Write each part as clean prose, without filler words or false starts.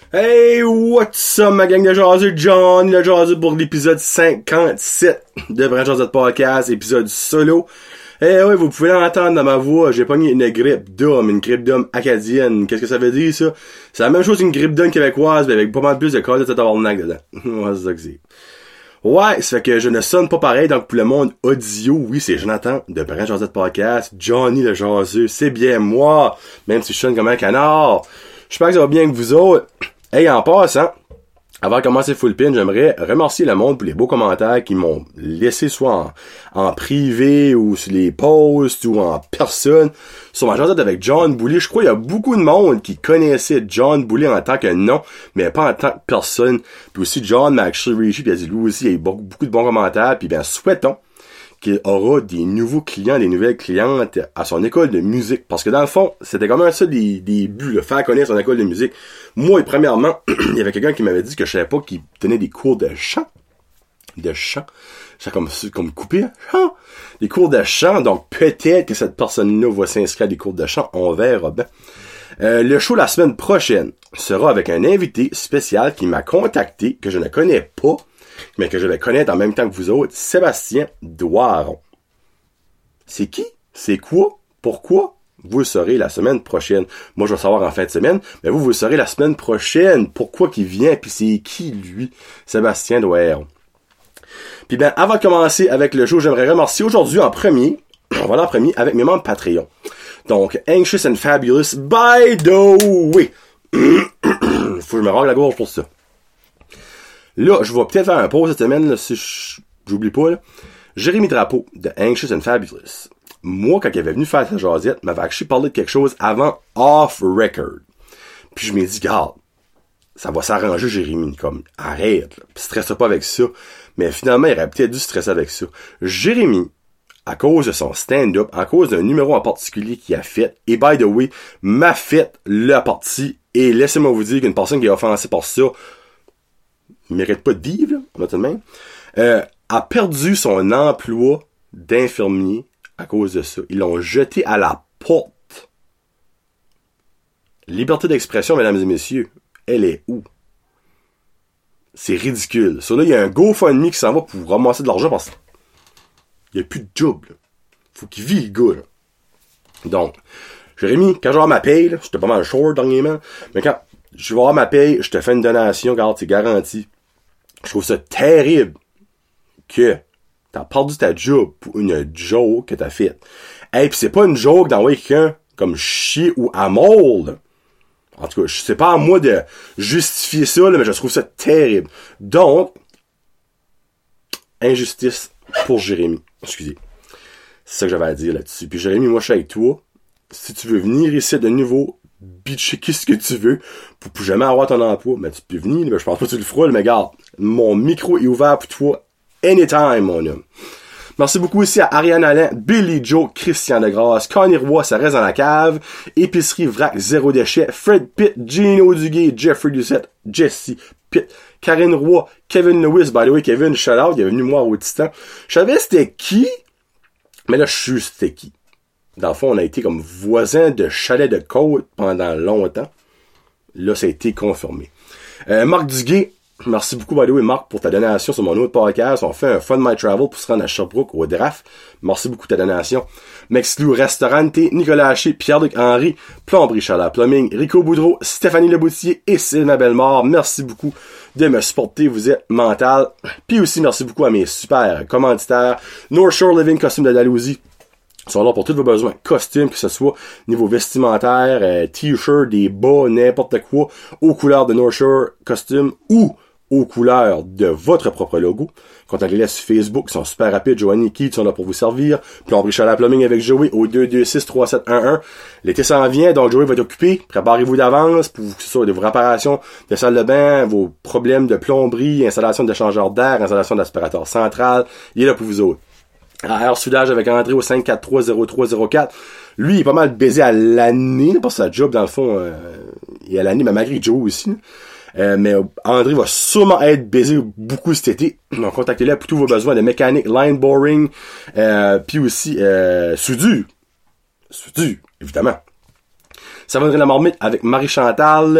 Hey, what's up ma gang de jaseux, Johnny le jaseux pour l'épisode 57 de Branch Jaseux Podcast, épisode solo. Eh ouais, vous pouvez l'entendre dans ma voix, j'ai pogné une grippe d'homme acadienne. Qu'est-ce que ça veut dire ça? C'est la même chose qu'une grippe d'homme québécoise, mais avec pas mal plus de corps de tabarnak dedans. Ouais, c'est ça que c'est. Ouais, ça fait que je ne sonne pas pareil, donc pour le monde audio, oui, c'est Jonathan de Branch Jaseux Podcast, Johnny le jaseux, c'est bien moi, même si je sonne comme un canard. J'espère que ça va bien avec vous autres. Hey, en passant, avant de commencer Full Pin, j'aimerais remercier le monde pour les beaux commentaires qu'ils m'ont laissé soit en privé ou sur les posts ou en personne sur ma jasette avec John Boulay. Je crois qu'il y a beaucoup de monde qui connaissait John Boulay en tant que nom, mais pas en tant que personne. Puis aussi John m'a actually reached, puis il a dit lui aussi, il y a eu beaucoup de bons commentaires. Puis bien, souhaitons qu'il aura des nouveaux clients, des nouvelles clientes à son école de musique. Parce que dans le fond, c'était quand même ça des buts, là, faire connaître son école de musique. Moi, premièrement, il y avait quelqu'un qui m'avait dit que je savais pas qu'il tenait des cours de chant. De chant. C'est comme couper, chant. Des cours de chant. Donc, peut-être que cette personne-là va s'inscrire à des cours de chant. On verra bien. Le show la semaine prochaine sera avec un invité spécial qui m'a contacté, que je ne connais pas, mais que je vais connaître en même temps que vous autres, Sébastien Doiron. C'est qui? C'est quoi? Pourquoi? Vous le saurez la semaine prochaine. Moi, je vais savoir en fin de semaine, mais vous le saurez la semaine prochaine. Pourquoi qu'il vient, puis c'est qui, lui? Sébastien Doiron. Puis ben, avant de commencer avec le show, j'aimerais remercier aujourd'hui en premier, on va aller en premier avec mes membres Patreon. Donc, Anxious and Fabulous, by the way. Faut que je me règle la gorge pour ça. Là, je vais peut-être faire un pause cette semaine, là, si j'oublie pas, là. Jérémy Drapeau, de Anxious and Fabulous. Moi, quand il avait venu faire sa jasette, m'avait actually parlé de quelque chose avant off-record. Puis je m'ai dit, garde, ça va s'arranger, Jérémy, comme, arrête, là. Puis stresse pas avec ça. Mais finalement, il aurait peut-être dû stresser avec ça. Jérémy, à cause de son stand-up, à cause d'un numéro en particulier qu'il a fait, et by the way, m'a fait la partie, et laissez-moi vous dire qu'une personne qui est offensée par ça, mérite pas de vivre, là, on va tout de même, a perdu son emploi d'infirmier à cause de ça. Ils l'ont jeté à la porte. Liberté d'expression, mesdames et messieurs, elle est où? C'est ridicule. Ça, là, il y a un GoFundMe qui s'en va pour ramasser de l'argent parce qu'il n'y a plus de job, là. Faut qu'il vive, le gars, là. Donc, Jérémy, quand je vais avoir ma paye, là, j'étais pas mal short dernièrement, mais quand je vais avoir ma paye, je te fais une donation, regarde, c'est garanti. Je trouve ça terrible que t'as perdu ta job pour une joke que t'as faite. Hey, pis c'est pas une joke d'envoyer quelqu'un comme chier ou à mort, là. En tout cas, c'est pas à moi de justifier ça, là, mais je trouve ça terrible. Donc, injustice pour Jérémy. Excusez. C'est ça que j'avais à dire là-dessus. Puis Jérémy, moi je suis avec toi. Si tu veux venir ici de nouveau, bitcher qu'est-ce que tu veux pour plus jamais avoir ton emploi, mais tu peux venir, mais je pense pas que tu le feras, mais regarde, mon micro est ouvert pour toi anytime, mon homme. Merci beaucoup aussi à Ariane Alain, Billy Joe, Christian Degrasse, Connie Roy, ça reste dans la cave, Épicerie Vrac, Zéro Déchet, Fred Pitt, Gino Duguay, Jeffrey Doucette, Jesse Pitt, Karine Roy, Kevin Lewis, by the way, Kevin, shout out, il est venu moi au Titan. Je savais c'était qui, mais là, je suis c'était qui. Dans le fond, on a été comme voisins de chalet de côte pendant longtemps. Là, ça a été confirmé. Marc Duguay, merci beaucoup, by the way, Marc, pour ta donation sur mon autre podcast. On fait un Fun My Travel pour se rendre à Sherbrooke, au draft. Merci beaucoup de ta donation. Mexlou Restaurante, Nicolas Haché, Pierre-Luc Henry, Plomberie Chaleur Plumbing, Rico Boudreau, Stéphanie Leboutier et Sylvain Bellemare. Merci beaucoup de me supporter. Vous êtes mental. Puis aussi, merci beaucoup à mes super commanditaires. North Shore Living Costume de Dalhousie. Ils sont là pour tous vos besoins. Costumes, que ce soit niveau vestimentaire, t-shirt, des bas, n'importe quoi, aux couleurs de North Shore Costume ou aux couleurs de votre propre logo. Contactez-les sur Facebook, ils sont super rapides. Joanny Keith sont là pour vous servir. Plomberie Chaleur Plumbing avec Joey au 226-3711. L'été s'en vient, donc Joey va être occupé. Préparez-vous d'avance pour que ce soit de vos réparations de salle de bain, vos problèmes de plomberie, installation de changeur d'air, installation d'aspirateur central. Il est là pour vous autres. Air Soudage avec André au 543-0304. Lui, il est pas mal baisé à l'année, pas sa job, dans le fond, il est à l'année, mais malgré Joe aussi. Mais André va sûrement être baisé beaucoup cet été. Donc, contactez-le pour tous vos besoins de mécanique, line boring, puis aussi soudure, évidemment. Savonnerie La Marmite avec Marie-Chantal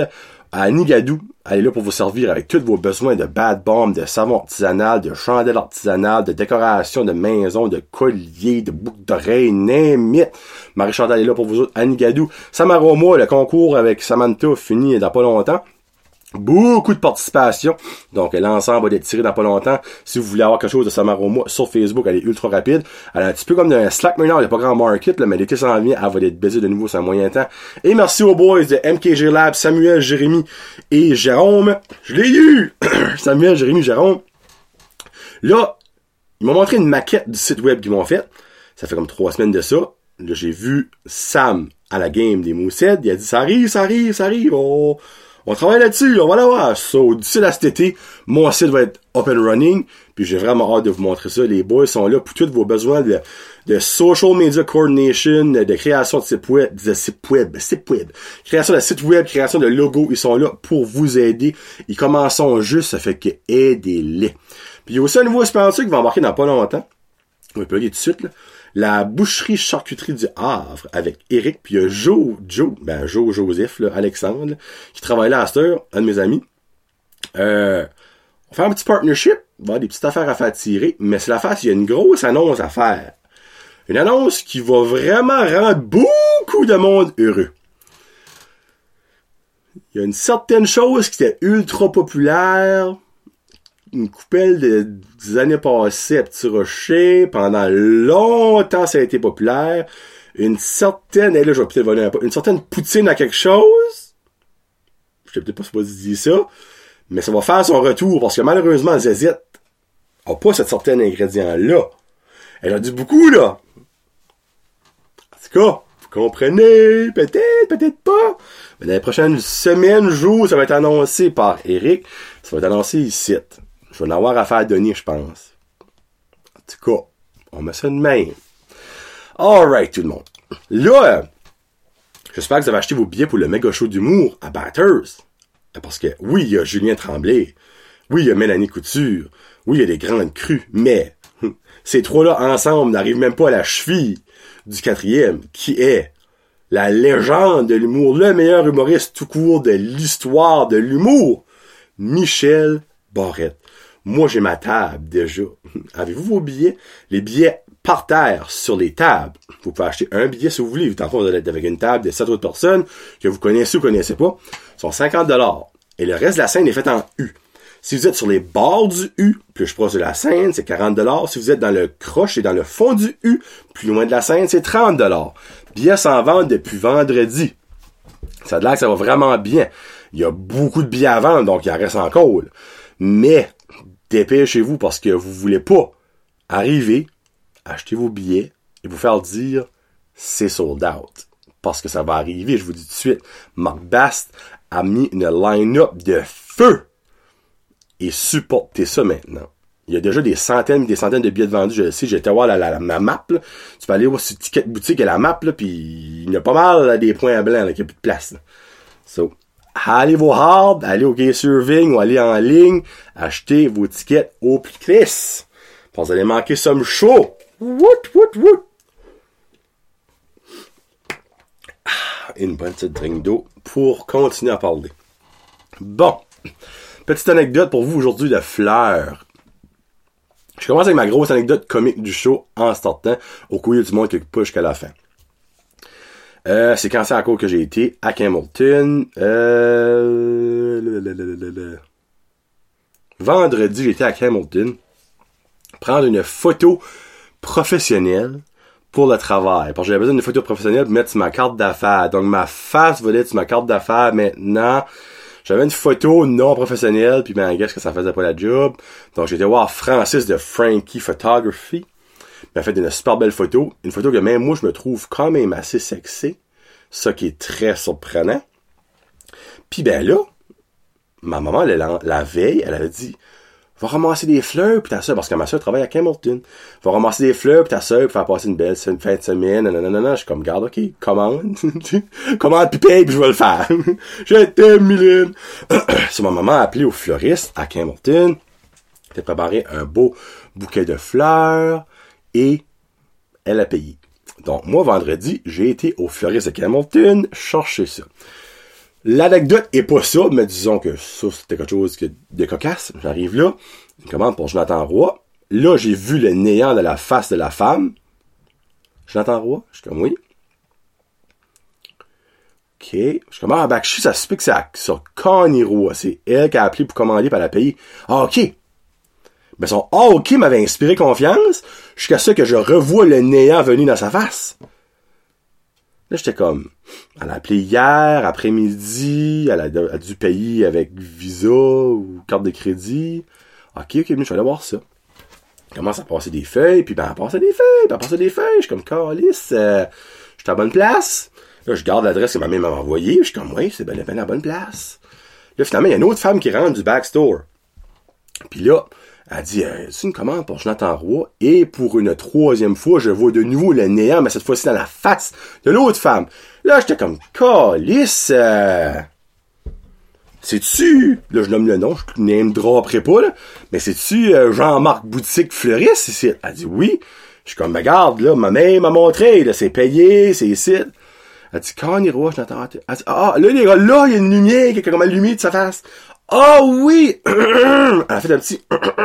À Nigadou, elle est là pour vous servir avec tous vos besoins de bath bomb, de savon artisanal, de chandelles artisanales, de décoration de maison, de colliers, de boucles d'oreilles, name it. Marie-Chantal est là pour vous autres à Nigadou. Samaroma, le concours avec Samantha finit dans pas longtemps. Beaucoup de participation. Donc, l'ensemble va être tiré dans pas longtemps. Si vous voulez avoir quelque chose de Samaroma sur Facebook, elle est ultra rapide. Elle est un petit peu comme un Slack maintenant, il n'y a pas grand market, là, mais l'été s'en vient, elle va être baisée de nouveau sur un moyen temps. Et merci aux boys de MKG Lab, Samuel, Jérémy et Jérôme. Je l'ai eu! Samuel, Jérémy, Jérôme. Là, ils m'ont montré une maquette du site web qu'ils m'ont fait. Ça fait comme 3 semaines de ça. Là, j'ai vu Sam à la game des Moussettes. Il a dit, ça arrive. On travaille là-dessus, on va l'avoir. So, d'ici là cet été, mon site va être up and running. Puis j'ai vraiment hâte de vous montrer ça. Les boys sont là pour tous vos besoins de social media coordination, de création de site web, création de site web, création de logo. Ils sont là pour vous aider. Ils commencent juste, ça fait que aidez-les. Puis il y a aussi un nouveau sponsor qui va embarquer dans pas longtemps. On va plugger tout de suite, là. La boucherie charcuterie du Havre avec Eric, puis il y a Joseph, là, Alexandre, là, qui travaille là à cette heure, un de mes amis. On va faire un petit partnership, il va y avoir des petites affaires à faire tirer, mais c'est l'affaire, il y a une grosse annonce à faire. Une annonce qui va vraiment rendre beaucoup de monde heureux. Il y a une certaine chose qui était ultra populaire, une coupelle des années passées à Petit Rocher. Pendant longtemps, ça a été populaire. Une certaine, et là, je vais peut-être voler un peu, une certaine poutine à quelque chose. Je sais peut-être pas si je dis ça. Mais ça va faire son retour, parce que malheureusement, Zézette a pas cet certain ingrédient-là. Elle a dit beaucoup, là. En tout cas, vous comprenez, peut-être pas. Mais dans les prochaines semaines, jours, ça va être annoncé par Eric. Ça va être annoncé ici. Je vais en avoir affaire à donner, je pense. En tout cas, on met ça de même. Alright, tout le monde. Là, j'espère que vous avez acheté vos billets pour le méga show d'humour à Bathurst. Parce que, oui, il y a Julien Tremblay. Oui, il y a Mélanie Couture. Oui, il y a des grandes crues. Mais, ces trois-là, ensemble, n'arrivent même pas à la cheville du 4e, qui est la légende de l'humour, le meilleur humoriste tout court de l'histoire de l'humour, Michel Barrette. Moi, j'ai ma table, déjà. Avez-vous vos billets? Les billets par terre, sur les tables. Vous pouvez acheter un billet si vous voulez. Tantôt, vous allez être avec une table de 7 autres personnes que vous connaissez ou connaissez pas. Ils sont 50$. Et le reste de la scène est fait en U. Si vous êtes sur les bords du U, plus proche de la scène, c'est 40$. Si vous êtes dans le croche et dans le fond du U, plus loin de la scène, c'est 30$. Billets s'en vendent depuis vendredi. Ça a l'air que ça va vraiment bien. Il y a beaucoup de billets à vendre, donc il en reste encore. Mais, dépêchez-vous parce que vous voulez pas arriver, acheter vos billets et vous faire dire c'est sold out. Parce que ça va arriver, je vous dis tout de suite. Marc Bast a mis une line-up de feu. Et supportez ça maintenant. Il y a déjà des centaines de billets de vendus. Je le sais, j'ai été voir la map. Là. Tu peux aller voir sur Ticket Boutique et la map, là, puis il y a pas mal là, des points blancs, là, qu'il n'y a plus de place. Là. So, allez vos hard, allez au Gay Serving ou allez en ligne, achetez vos tickets au prix Chris. Parce que vous allez manquer some show. Woot. Une bonne petite drink d'eau pour continuer à parler. Bon. Petite anecdote pour vous aujourd'hui de fleurs. Je commence avec ma grosse anecdote comique du show en startant au courrier du monde qui pas jusqu'à la fin. C'est quand c'est à court que j'ai été à Hamilton. Vendredi, j'étais à Hamilton prendre une photo professionnelle pour le travail. Parce que j'avais besoin d'une photo professionnelle pour mettre sur ma carte d'affaires. Donc ma face va être sur ma carte d'affaires maintenant. J'avais une photo non professionnelle, puis ben, qu'est-ce que ça faisait pas la job. Donc, j'ai été voir Francis de Frankie Photography. Il m'a fait une super belle photo. Une photo que même moi, je me trouve quand même assez sexy. Ça qui est très surprenant. Puis ben là, ma maman, la veille, elle avait dit, va ramasser des fleurs puis ta soeur, parce que ma soeur travaille à Hamilton. Va ramasser des fleurs puis ta soeur pour faire passer une belle fin de semaine. Non. Je suis comme, garde, ok, commande. Commande puis paye puis je vais le faire. Je t'aime, Mylène. So, ma maman a appelé au fleuriste à Hamilton. Elle a préparé un beau bouquet de fleurs et elle a payé. Donc, moi, vendredi, j'ai été au fleuriste de Hamilton chercher ça. l'anecdote est pas ça, mais disons que ça, c'était quelque chose de cocasse. J'arrive là, une commande pour Jonathan Roy. Là, j'ai vu le néant de la face de la femme. Jonathan Roy? Je suis comme, oui. OK. Je suis comme, Bakshi, ça se peut que c'est sur Connie Roy. C'est elle qui a appelé pour commander, puis elle a payé. Ah, OK. Ben, son OK m'avait inspiré confiance, jusqu'à ce que je revois le néant venu dans sa face. Là, j'étais comme, elle a appelé hier, après-midi, elle a dû payer avec Visa ou carte de crédit. OK, je vais aller voir ça. Elle commence à passer des feuilles, puis elle passait des feuilles. Je suis comme, calice, je suis à la bonne place. Là, je garde l'adresse que ma mère m'a envoyée, je suis comme, oui, c'est bien à la bonne place. Là, finalement, il y a une autre femme qui rentre du backstore. Puis là, elle dit, c'est une commande pour Jonathan Roy, et pour une troisième fois, je vois de nouveau le néant, mais cette fois-ci dans la face de l'autre femme. Là, j'étais comme, calice, c'est-tu, là, je nomme le nom, je name dropperai pas, là, mais c'est-tu Jean-Marc Boutique Fleuriste ici? Elle dit oui. Je suis comme, regarde, là, ma mère m'a montré, là, c'est payé, c'est ici. Elle dit, Connie Roy, Jonathan. Elle dit, là, les gars, là, il y a une lumière qui a comme allumé de sa face. Ah oui! Elle a fait un petit...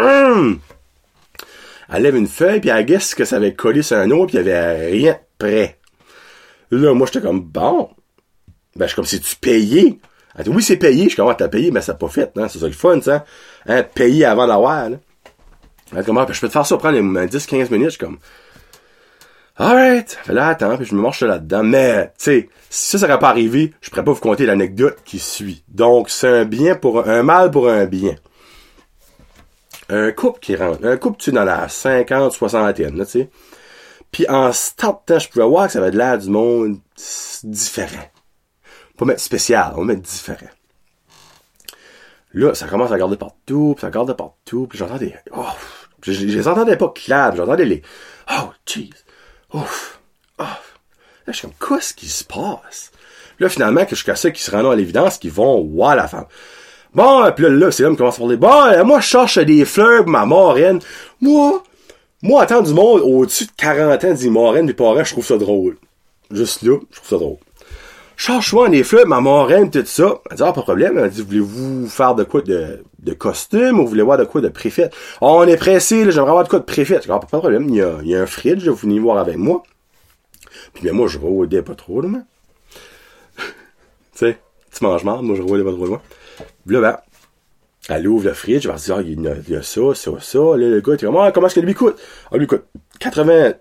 Elle lève une feuille, puis elle guesse que ça avait collé sur un autre, puis il y avait rien prêt. Là, moi, j'étais comme, bon. Ben, je suis comme, c'est-tu payé? Elle dit, oui, c'est payé. Je suis comme, t'as payé, mais ça n'a pas fait, hein. C'est ça le fun, ça. Hein, payer avant d'avoir, là. Elle dit, comment, je peux te faire ça prendre 10-15 minutes. Je suis comme, alright. Ça fait là, attends, puis je me marche là-dedans. Mais, tu sais, si ça n'aurait pas arrivé, je pourrais pas vous conter l'anecdote qui suit. Donc, c'est un mal pour un bien. Un couple qui rentre. Un couple, tu sais, dans la 50-60e, là, tu sais. Puis en startant, je pouvais voir que ça avait de l'air du monde différent. Pas mettre spécial, on va mettre différent. Là, ça commence à garder partout, puis ça garde partout, puis j'entends des... Oh, je les entendais pas clair, j'entendais les... Oh, jeez. Ouf. Oh. Là, je suis comme, qu'est-ce qui se passe? Puis là, finalement, que jusqu'à ceux qui se rendent à l'évidence, qu'ils vont voir la femme. Bon, puis là, c'est là qui commence à parler. Bon, moi, je cherche des fleurs pour ma marraine. Moi, attendre du monde au-dessus de 40 ans dit marraine, puis parents, je trouve ça drôle. Juste là, je trouve ça drôle. Je cherche souvent des fleurs, ma marraine, tout ça. Elle dit, pas de problème. Elle dit, voulez-vous faire de quoi de costume, ou vous voulez voir de quoi de préfète? Oh, on est pressé, là, j'aimerais avoir de quoi de préfète. Pas de problème, il y a un fridge, vous venez voir avec moi. Puis, moi, je rôdais pas trop, là, moi. Tu sais, tu manges mal, moi, je rôdais pas trop, loin. Là, ben, elle ouvre le fridge, elle va se dire, il y a ça. Là, le gars, il dit, comment est-ce que lui coûte? Ah, lui coûte $90.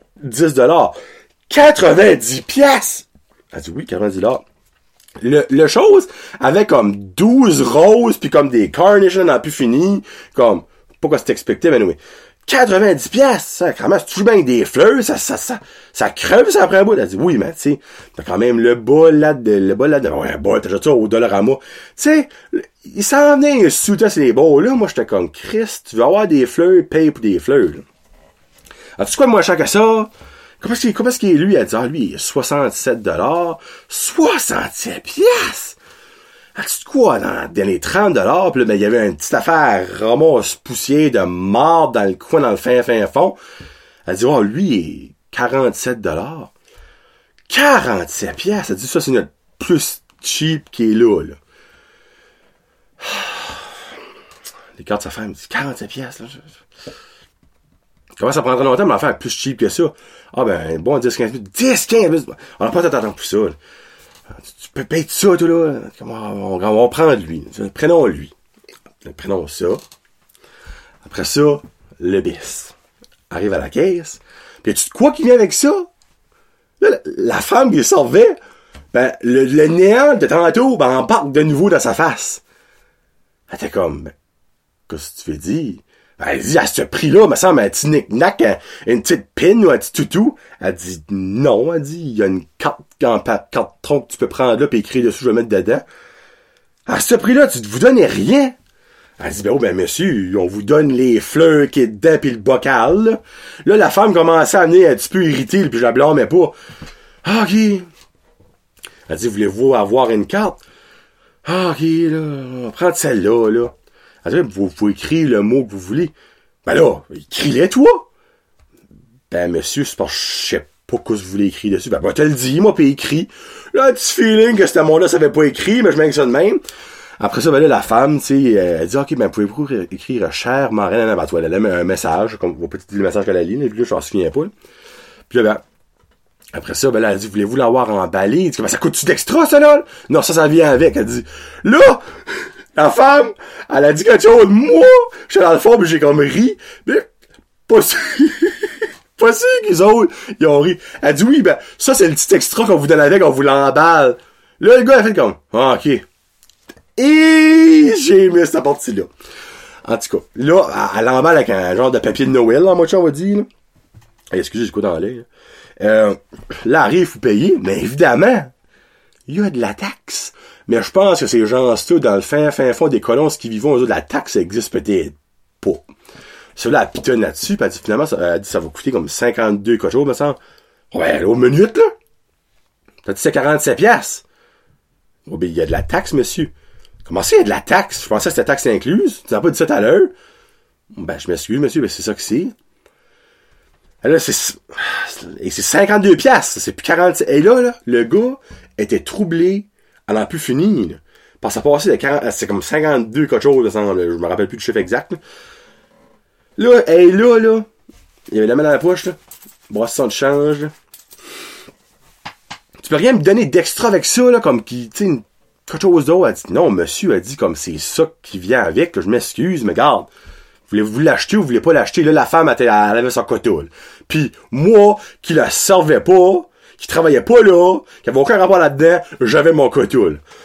90 piastres! Elle dit oui, 90 $. Le chose avait comme 12 roses puis comme des carnations n'a plus fini, comme pas quoi c'était expecté, mais oui. 90 piastres, ça, quand même, c'est toujours bien des fleurs, ça crève, ça après un bout. Elle dit oui, mais tu sais, t'as quand même le bol là, ouais, un bol, t'as ça au Dollarama. Tu sais, il s'en venait sous toi, c'est des beaux, là. Moi, j'étais comme, Christ, tu veux avoir des fleurs, paye pour des fleurs, là. Alors, tu sais quoi, moins cher que ça? Comment est-ce qu'il est, lui? Elle dit, lui, il est 67 $. 67 piastres! As-tu de quoi? Dans les 30 $, puis là, ben, il y avait une petite affaire ramasse poussière de marde dans le coin, dans le fin fond. Elle dit, lui, il est 47 $. 47 piastres! Elle dit, ça, c'est notre plus cheap qui est là. Les cartes de sa femme, elle dit, 47 piastres, là. Comment ça prendrait longtemps, mais l'affaire est plus cheap que ça? Ah ben, bon, 10-15 minutes. 10-15 minutes! On n'a pas tant pour ça, là. Tu peux payer ça, toi, là. On va prendre lui. Prenons lui. Prenons ça. Après ça, le bis. Arrive à la caisse. Puis tu de quoi qui vient avec ça? Là, la femme qui servait, ben, le néant de tantôt, ben, en parque de nouveau dans sa face. Elle était comme, ben, qu'est-ce que tu veux dire? Elle dit, à ce prix-là, me semble un petit knick-knack, une petite pin ou un petit toutou. Elle dit, non, elle dit, il y a une carte tronc que tu peux prendre là, puis écrire dessus, je vais mettre dedans. À ce prix-là, tu ne vous donnez rien. Elle dit, ben, monsieur, on vous donne les fleurs qui est dedans, puis le bocal, là. La femme commençait à amener un petit peu irritée, puis je la blâmais pas. OK. Elle dit, voulez-vous avoir une carte? OK, là, on va prendre celle-là, là. Elle dit, vous pouvez écrire le mot que vous voulez. Ben là, écris-les toi. Ben, monsieur, c'est parce que je sais Pourquoi vous voulez écrire dessus? Ben, moi, te le dis, moi, pis écrit. Là, un petit feeling que ce monde-là savait pas écrire, mais je mets ça de même. Après ça, ben là, la femme, tu sais, elle dit, OK, ben, pouvez-vous écrire cher marraine? Ben, toi, elle met un message, comme, on peut te dire le message qu'elle a lu, là, je m'en souviens pas, là. Puis là, ben, après ça, ben là, elle dit, voulez-vous l'avoir emballé? Elle dit, ben, ça coûte-tu d'extra, ça, là? Non, ça vient avec. Elle dit, là, la femme, elle a dit quelque chose, moi, je suis dans le fond, puis j'ai comme ri, mais, pas sûr, pas sûr qu'ils autres, ils ont ri. Elle dit, oui, ben, ça, c'est le petit extra qu'on vous donne avec, on vous l'emballe. Là, le gars, a fait comme, ah, OK. Et j'ai aimé cette partie-là. En tout cas, là, elle l'emballe avec un genre de papier de Noël, là, moi, on va dire, là. Excusez, j'ai quoi dans l'air, là, arrive, faut payer, mais évidemment, il y a de la taxe. Mais je pense que ces gens-là, dans le fin fond des colons qui vivent, eux autres, la taxe existe peut-être pas. Celui-là, elle pitonne là-dessus, pis elle dit, finalement, elle dit, ça va coûter comme 52 quelque chose, me semble. Ouais, là, aux minutes, là. T'as dit, c'est 47 piastres. Oh, ben, il y a de la taxe, monsieur. Comment ça, il y a de la taxe? Je pensais que c'était taxe incluse. Tu n'as pas dit ça tout à l'heure? Ben, je m'excuse, monsieur, ben, c'est ça que c'est. Et là, c'est 52 piastres. C'est plus 47. Et là, le gars était troublé à n'en plus finir, là. Parce que ça passait de 40, c'est comme 52 quelque chose, me semble. Je me rappelle plus du chiffre exact, là. Là, il y avait la main dans la poche, là. Boisson de change, là. Tu peux rien me donner d'extra avec ça, là, comme qui, tu sais, quelque chose d'autre. Elle dit, non, monsieur, elle dit, comme c'est ça qui vient avec, là, je m'excuse, mais garde. Voulez-vous l'acheter ou vous voulez pas l'acheter? Là, la femme, elle avait son quota. Puis, moi, qui la servais pas, qui travaillait pas là, qui avait aucun rapport là-dedans, j'avais mon quota.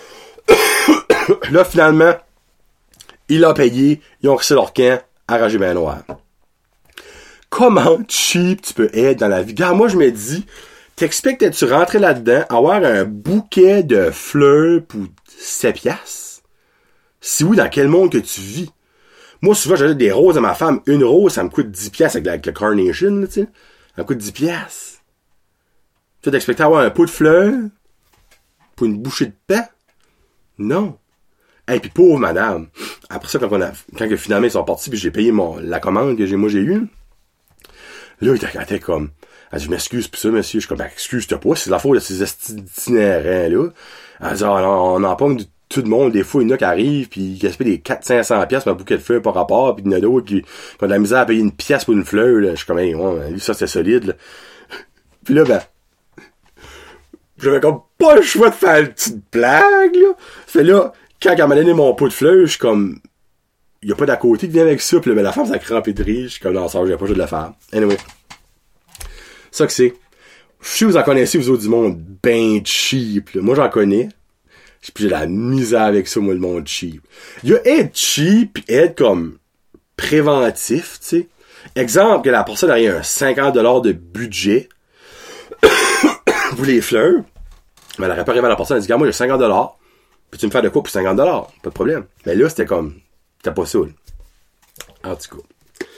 Là, finalement, il l'a payé, ils ont reçu leur camp, arrangé ben noir. Comment cheap tu peux être dans la vie? Regarde, moi, je me dis, t'expectes d'être rentré là-dedans, avoir un bouquet de fleurs pour 7 piastres? Si oui, dans quel monde que tu vis? Moi, souvent, j'achète des roses à ma femme. Une rose, ça me coûte 10 piastres avec le carnation, là, tu sais. Ça me coûte 10 piastres. Tu t'expectes avoir un pot de fleurs? Pour une bouchée de pain? Non. Et puis pauvre madame. Après ça, quand finalement ils sont partis, puis j'ai payé la commande que j'ai eue, là, il était comme, elle dit, je m'excuse pour ça, monsieur. Je suis comme, ben, excuse-toi pas, c'est la faute de ces itinérants-là. Elle dit, ah, non, on en pogne tout le monde, des fois, il y en a qui arrivent, pis ils gaspillent des 400-500 piastres pour un bouquet de fleurs par rapport, pis il y en a d'autres qui ont de la misère à payer une pièce pour une fleur, là. Je suis comme, hey, ouais, lui, ça, c'est solide, là. Pis là, ben, j'avais comme pas le choix de faire une petite blague, là. Fait là, quand elle m'a donné mon pot de fleurs, je suis comme, il y a pas d'à côté qui vient avec ça, pis là, ben, la femme, ça a crampé de rire, je suis comme, non, ça, j'ai pas le choix de le faire. Anyway. Ça que c'est. Je sais que vous en connaissez, vous autres du monde, ben cheap, là. Moi, j'en connais. Puis j'ai la misère avec ça, moi, le monde cheap. Il y a être cheap pis être comme préventif, tu sais. Exemple, que la personne a un 50$ de budget pour les fleurs. Mais elle aurait pas arrivé à la personne, elle dit, regarde, moi, j'ai 50$. Puis tu me fais de quoi pour 50$? Pas de problème. Mais là, c'était comme, c'était pas ça, là. En tout cas.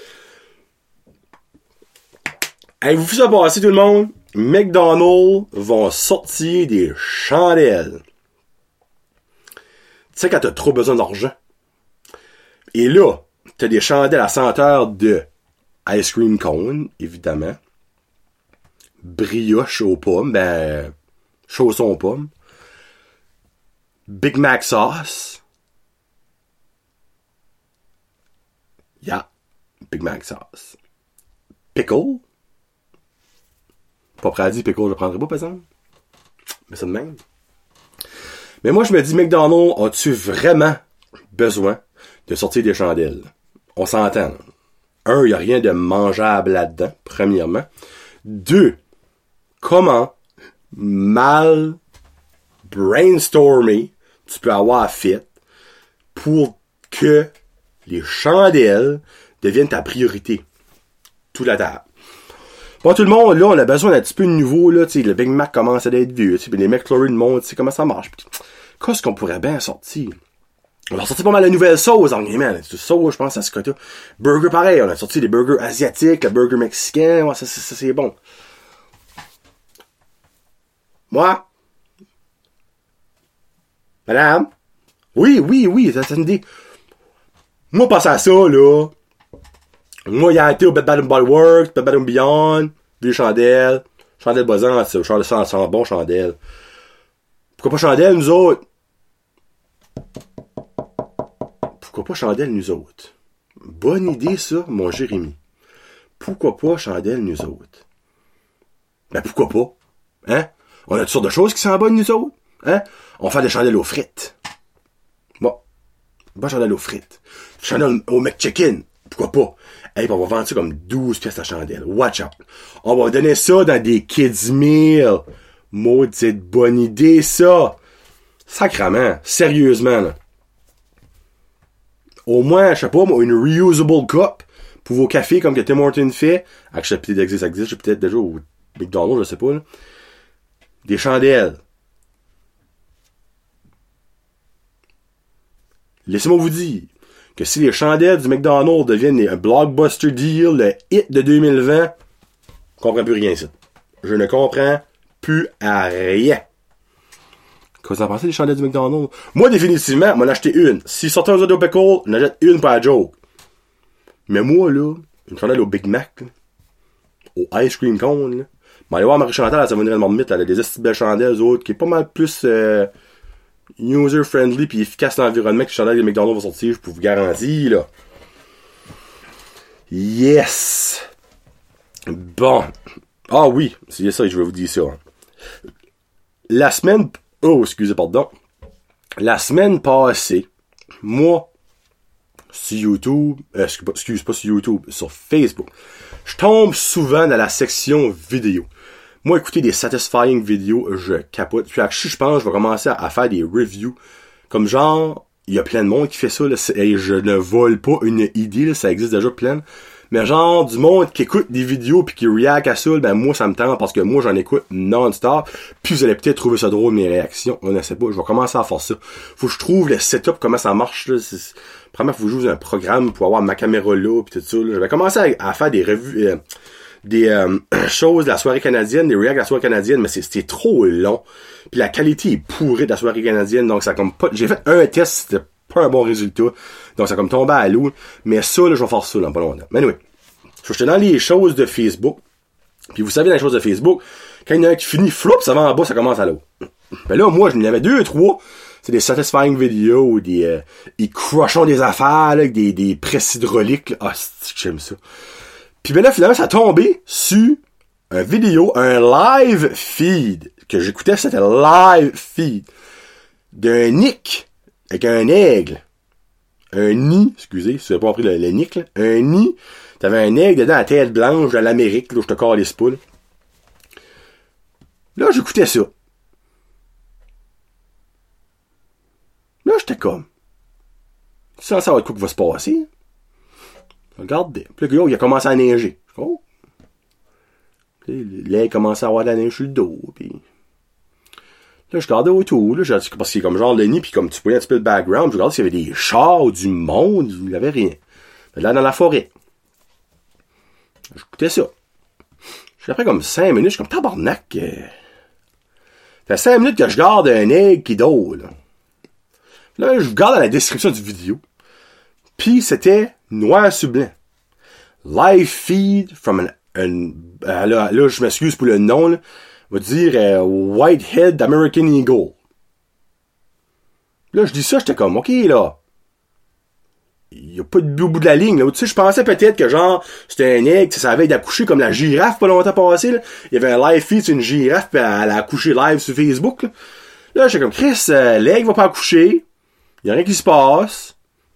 Avez-vous vu ça passer, tout le monde? McDonald's vont sortir des chandelles. Tu sais, quand t'as trop besoin d'argent. Et là, t'as des chandelles à senteur de ice cream cone, évidemment. Brioche aux pommes, ben, chaussons aux pommes. Big Mac sauce. Big Mac sauce. Pickle. Pas prêt à dire pickle, je le prendrai pas, par exemple. Mais c'est de même. Mais moi, je me dis, McDonald's, as-tu vraiment besoin de sortir des chandelles? On s'entend. Un, il n'y a rien de mangeable là-dedans, premièrement. Deux, comment mal brainstormer tu peux avoir fait pour que les chandelles deviennent ta priorité. Tout la table. Bon, tout le monde, là, on a besoin d'un petit peu de nouveau, là, tu sais, le Big Mac commence à être vieux, tu sais, les McFlurry montent, tu sais, comment ça marche. Qu'est-ce qu'on pourrait bien sortir? On a sorti pas mal de nouvelles sauces, en guillemets, là. Sauce, je pense, à ce côté. Burger pareil, on a sorti des burgers asiatiques, le burger mexicain, ouais, ça c'est bon. Moi? Madame? Oui, ça c'est une idée. Moi, pense à ça, là. Moi, il a été au Bed Bath & Body Works, Bed Bath & Beyond, des chandelles. Chandelle buzzante, ça. Chandelle sans bon chandelle. Pourquoi pas chandelle, nous autres? Pourquoi pas chandelle, nous autres? Bonne idée, ça, mon Jérémy. Pourquoi pas chandelle, nous autres? Ben, pourquoi pas? Hein? On a toutes sortes de choses qui sont bonnes, nous autres. Hein? On fait des chandelles aux frites. Bon. Chandelle aux frites. Chandelle au McChicken. Pourquoi pas? Hey, on va vendre ça comme 12 pièces la chandelle. Watch out. On va donner ça dans des kids meal. Maudite bonne idée, ça. Sacrement. Sérieusement, là. Au moins, je sais pas, moi, une reusable cup pour vos cafés comme que Tim Hortons fait. Ah, je sais peut-être que ça existe, je sais peut-être déjà au McDonald's, je sais pas, là. Des chandelles. Laissez-moi vous dire que si les chandelles du McDonald's deviennent un blockbuster deal, le hit de 2020, je comprends plus rien, ça. Je ne comprends plus à rien. Qu'est-ce que vous en pensez des chandelles du McDonald's? Moi, définitivement, m'en acheter une. Si sortait un autre au pickle, j'en achète une pour la joke. Mais moi, là, une chandelle au Big Mac, là, au ice cream cone, là, allez voir Marie-Chantal, ça va venir de m'admettre, elle a des belles chandelles autres, qui est pas mal plus user-friendly puis efficace dans l'environnement que les chandelles de McDonald's vont sortir, je peux vous garantir, là. Yes! Bon. Ah oui, c'est ça, je vais vous dire ça. La semaine passée, moi, sur YouTube, pas sur YouTube, sur Facebook, je tombe souvent dans la section vidéo. Moi, écouter des satisfying vidéos, je capote. Puis, je pense que je vais commencer à faire des reviews. Comme genre, il y a plein de monde qui fait ça, là. Et je ne vole pas une idée, là. Ça existe déjà plein. Mais genre, du monde qui écoute des vidéos puis qui react à ça, ben moi, ça me tente parce que moi, j'en écoute non-stop. Puis vous allez peut-être trouver ça drôle, mes réactions. On ne sait pas. Je vais commencer à faire ça. Faut que je trouve le setup, comment ça marche, là. Premièrement, faut que je joue un programme pour avoir ma caméra là puis tout ça, là. Je vais commencer à faire des revues, des choses de la soirée canadienne, des reacts de la soirée canadienne, mais c'était trop long. Puis la qualité est pourrie de la soirée canadienne, donc ça comme pas... J'ai fait un test, c'était pas un bon résultat, donc ça comme tombé à l'eau. Mais ça, là, je vais faire ça dans pas longtemps. Mais anyway, j'étais dans les choses de Facebook, puis vous savez, dans les choses de Facebook, quand il y en a un qui finit, flop, ça va en bas, ça commence à l'eau. Ben là, moi, j'en avais 2 ou 3, c'est des satisfying vidéos, ou des... ils crushent des affaires, là, avec des presses hydrauliques, là. Ah, c'est que j'aime ça. Puis ben là, finalement, ça a tombé sur un vidéo, un live feed, que j'écoutais, c'était live feed, d'un Nick, avec un aigle, un nid, excusez, si vous n'avez pas compris le Nick, là, un nid, t'avais un aigle dedans à tête blanche de l'Amérique, là, où je te calisse pas, là. Là, j'écoutais ça. Là, j'étais comme, sans savoir quoi qui va se passer. Regardez. Puis le gars, il a commencé à neiger. Oh. Là, il commençait à avoir de la neige sur le dos. Puis là, je regardais autour. Là, parce qu'il y a comme genre le nid, puis comme tu voyais un petit peu le background, je regardais s'il y avait des chars ou du monde. Il n'y avait rien. Là, dans la forêt. J'écoutais ça. Après comme 5 minutes, je suis comme tabarnak. Ça fait 5 minutes que je garde un aigle qui dort. Là, je regarde dans la description du vidéo. Puis c'était noir sur blanc. Live feed from là, je m'excuse pour le nom, là. On va dire Whitehead American Eagle. Là, je dis ça, j'étais comme, ok, là. Il y a pas de but au bout de la ligne, là. Tu sais, je pensais peut-être que genre, c'était un aigle, ça avait d'accoucher comme la girafe pas longtemps passé, là. Il y avait un live feed sur une girafe, puis elle a accouché live sur Facebook, là. Là, j'étais comme, Chris, l'aigle va pas accoucher. Il y a rien qui se passe.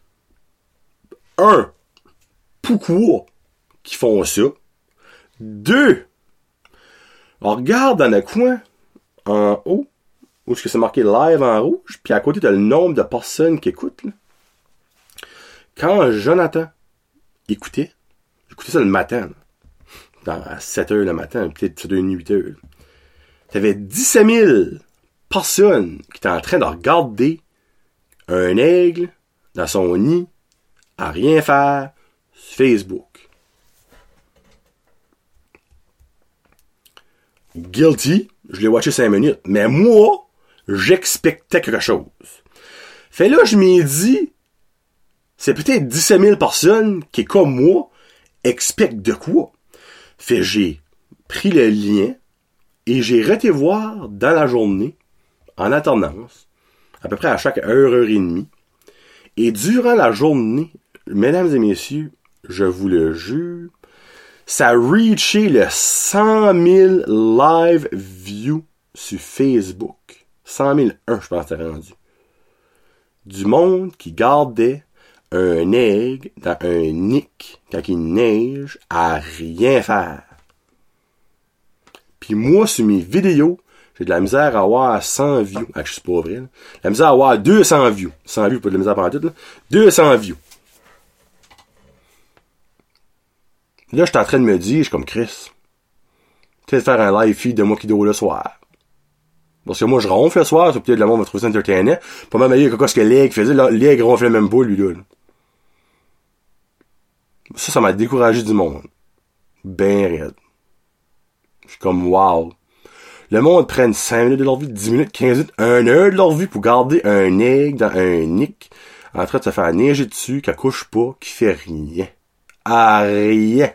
Pourquoi qui font ça? 2, on regarde dans le coin, en haut, où est-ce que c'est marqué live en rouge, puis à côté, t'as le nombre de personnes qui écoutent, là. Quand Jonathan écoutait ça le matin, là, à 7h le matin, peut-être 7h30, 8h, là, t'avais 17 000 personnes qui étaient en train de regarder un aigle dans son nid à rien faire sur Facebook. Guilty, je l'ai watché 5 minutes, mais moi, j'expectais quelque chose. Fait là, je m'y dit, c'est peut-être 17 000 personnes qui, comme moi, expectent de quoi. Fait j'ai pris le lien, Et j'ai été voir dans la journée, en alternance, à peu près à chaque heure et demie. Et durant la journée, mesdames et messieurs, je vous le jure, ça a reaché le 100 000 live views sur Facebook. 100 001, je pense que c'est rendu. Du monde qui gardait un egg dans un nick quand il neige à rien faire. Puis moi, sur mes vidéos, j'ai de la misère à avoir 100 views. Ah, je suis pas vrai, là. La misère à avoir 200 views. 100 views, pas de la misère pendant tout, là. 200 views. Là, je suis en train de me dire, je suis comme Chris. Peut-être faire un live feed de moi qui dort le soir. Parce que moi, je ronfle le soir, peut-être le monde va trouver ça entertainant. Pas même aller quoi ce que Leg faisait. Leg ronflait même pas, lui, là. Ça m'a découragé du monde. Ben raide. Je suis comme, wow. Le monde prenne 5 minutes de leur vie, 10 minutes, 15 minutes, 1 heure de leur vie pour garder un egg dans un nick, en train de se faire neiger dessus, qui accouche pas, qui fait rien. À rien.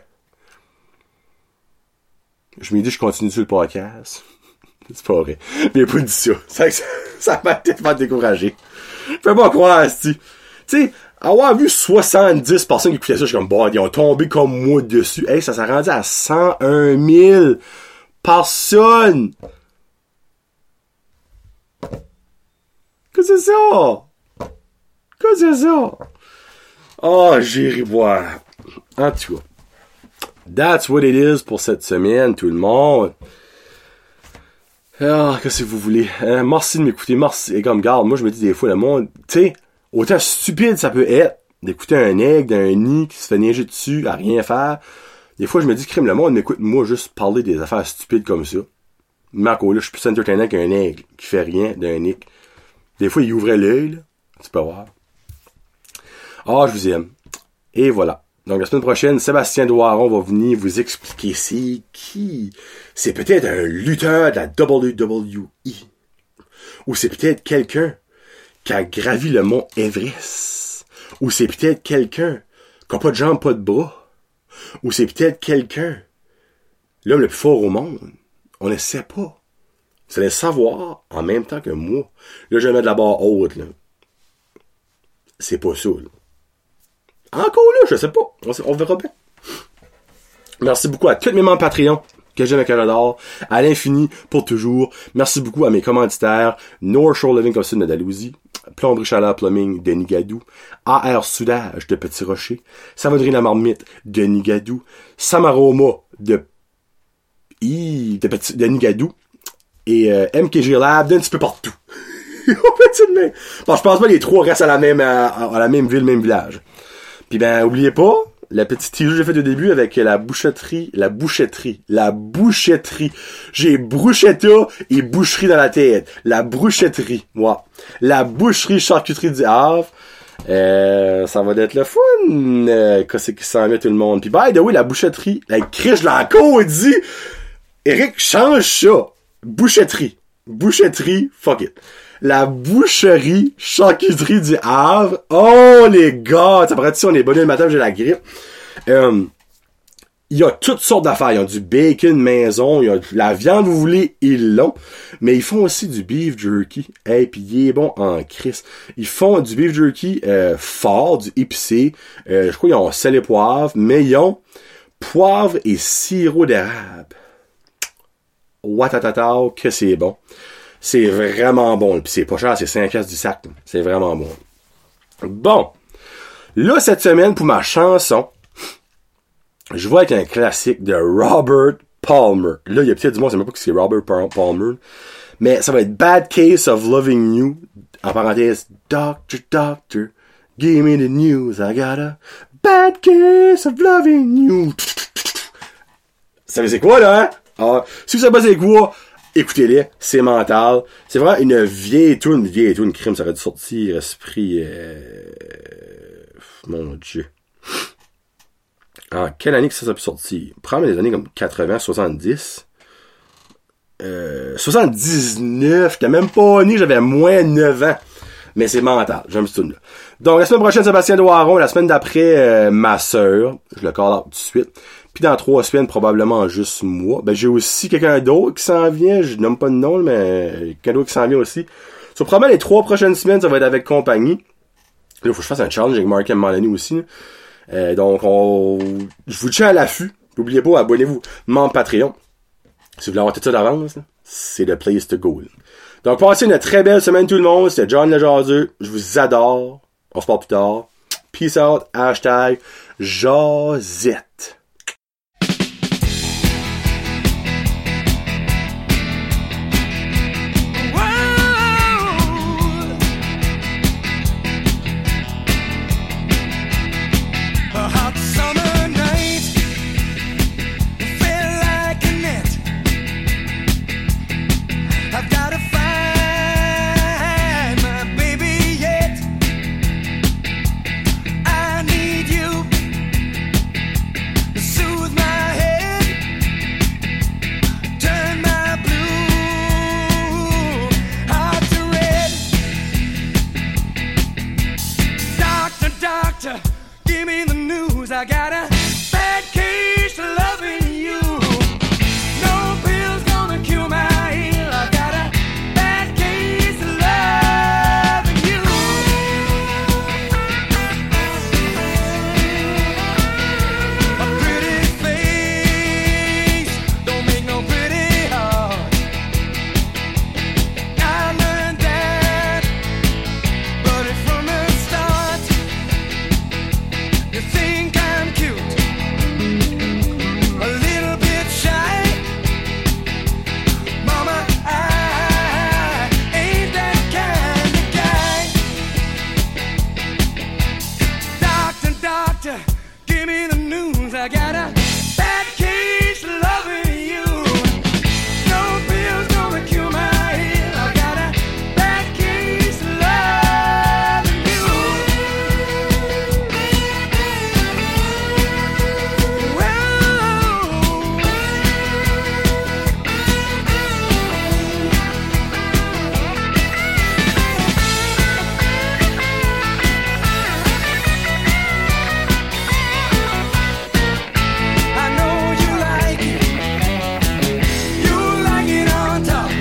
Je me dis, je continue sur le podcast. C'est pas vrai. Mais il a pas dit ça. Ça m'a tellement découragé. Fais-moi croire, tu sais, avoir vu 70 personnes qui écoutaient ça, je suis comme, bon, ils ont tombé comme moi dessus. Hey, ça s'est rendu à 101 000 personnes. Qu'est-ce que c'est ça? Qu'est-ce que c'est ça? Oh, j'irai voir. En tout cas. That's what it is pour cette semaine, tout le monde. Ah, qu'est-ce que vous voulez? Merci de m'écouter, merci. Et comme garde, moi je me dis des fois, le monde, tu sais, autant stupide ça peut être d'écouter un egg d'un nid qui se fait neiger dessus, à rien faire. Des fois je me dis, crime, le monde m'écoute, moi, juste parler des affaires stupides comme ça. Mais encore là, je suis plus entertainant qu'un egg qui fait rien d'un nick. Des fois, il ouvrait l'œil, là. Tu peux voir. Ah, je vous aime. Et voilà. Donc, la semaine prochaine, Sébastien Doiron va venir vous expliquer c'est qui. C'est peut-être un lutteur de la WWE. Ou c'est peut-être quelqu'un qui a gravi le mont Everest. Ou c'est peut-être quelqu'un qui a pas de jambes, pas de bras. Ou c'est peut-être quelqu'un, l'homme le plus fort au monde. On ne sait pas. Vous allez savoir en même temps que moi. Là, je vais mettre la barre haute, là. C'est pas ça, là. Encore là, je sais pas. On verra bien. Merci beaucoup à tous mes membres Patreon que j'aime et que j'adore. À l'infini, pour toujours. Merci beaucoup à mes commanditaires. North Shore Living Costume de Dalhousie. Plomberie Chaleur Plumbing de Nigadou. AR Soudage de Petit Rocher. Savonnerie La Marmite de Nigadou. Samaroma de Nigadou. Et MKG Lab d'un petit peu partout. Bon, je pense pas que les trois restent à la même ville, même village. Puis ben, oubliez pas, la petite teaser que j'ai faite au début avec la bouchetterie. J'ai bruschetta et boucherie dans la tête. La bouchetterie, moi. La boucherie charcuterie du Havre. Ça va être le fun. Qu'est-ce qui s'en met tout le monde. Puis by the way, la bouchetterie, la criche de l'encore dit, Eric, change ça. Bouchetterie, fuck it. La boucherie charcuterie du Havre. Oh, les gars! Ça paraît-tu, on est bonne le matin, j'ai la grippe. Il y a toutes sortes d'affaires. Ils ont du bacon maison, il y a la viande, vous voulez, ils l'ont. Mais ils font aussi du beef jerky. Hey, pis il est bon en crise. Ils font du beef jerky fort, du épicé. Je crois qu'ils ont sel et poivre, mais ils ont poivre et sirop d'érable. Watatata, que c'est bon. C'est vraiment bon. Puis c'est pas cher, c'est 5$ du sac. C'est vraiment bon. Bon. Là, cette semaine, pour ma chanson, je vois avec un classique de Robert Palmer. Là, il y a peut-être du monde, je sais même pas que c'est Robert Palmer. Mais ça va être Bad Case of Loving You. En parenthèse, Doctor, give me the news. I got a bad case of loving you. Ça c'est quoi, là, hein? Alors, si vous savez pas c'est quoi, écoutez-les, c'est mental. C'est vraiment une vieille toune, crime, ça aurait dû sortir, esprit, mon Dieu. En quelle année que ça a pu sortir? Probablement les années comme 80, 70. 79, j'étais même pas né, j'avais moins de 9 ans. Mais c'est mental, j'aime ce tune-là. Donc, la semaine prochaine, Sébastien Doiron, la semaine d'après, ma sœur, je le call out tout de suite. Puis dans 3 semaines, probablement juste moi. Ben, j'ai aussi quelqu'un d'autre qui s'en vient. Je nomme pas de nom, mais quelqu'un d'autre qui s'en vient aussi. Sur probablement les 3 prochaines semaines, ça va être avec compagnie. Là, faut que je fasse un challenge avec Mark et Melanie aussi. Donc, je vous tiens à l'affût. N'oubliez pas, abonnez-vous. Membre Patreon. Si vous voulez avoir tout ça d'avance, là, c'est le place to go. Là. Donc, passez une très belle semaine tout le monde. C'était John le Jaseux. Je vous adore. On se parle plus tard. Peace out. #Jazette. I got a bad case of loving you. No pill's gonna cure my ill. I got a bad case of loving you. A pretty face don't make no pretty heart. I learned that, but it's from the start. You think I'm cute, a little bit shy. Mama, I ain't that kind of guy. Doctor, doctor, give me the news. I got a bad case of loving you. No pill's gonna cure my ill. I got a bad case of loving you. I know you like it. You like it on top.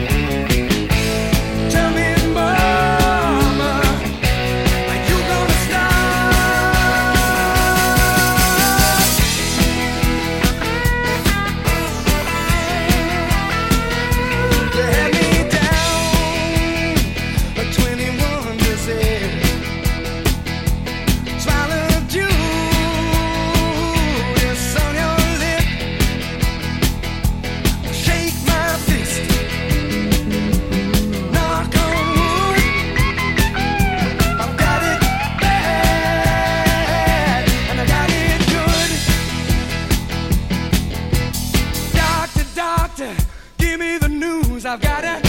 Tell me, mama, are you gonna stop? You had me down a 21%. Swallowed Judas on your lip. Shake my fist. Knock on wood. I've got it bad, and I got it good. Doctor, doctor, give me the news. I've got a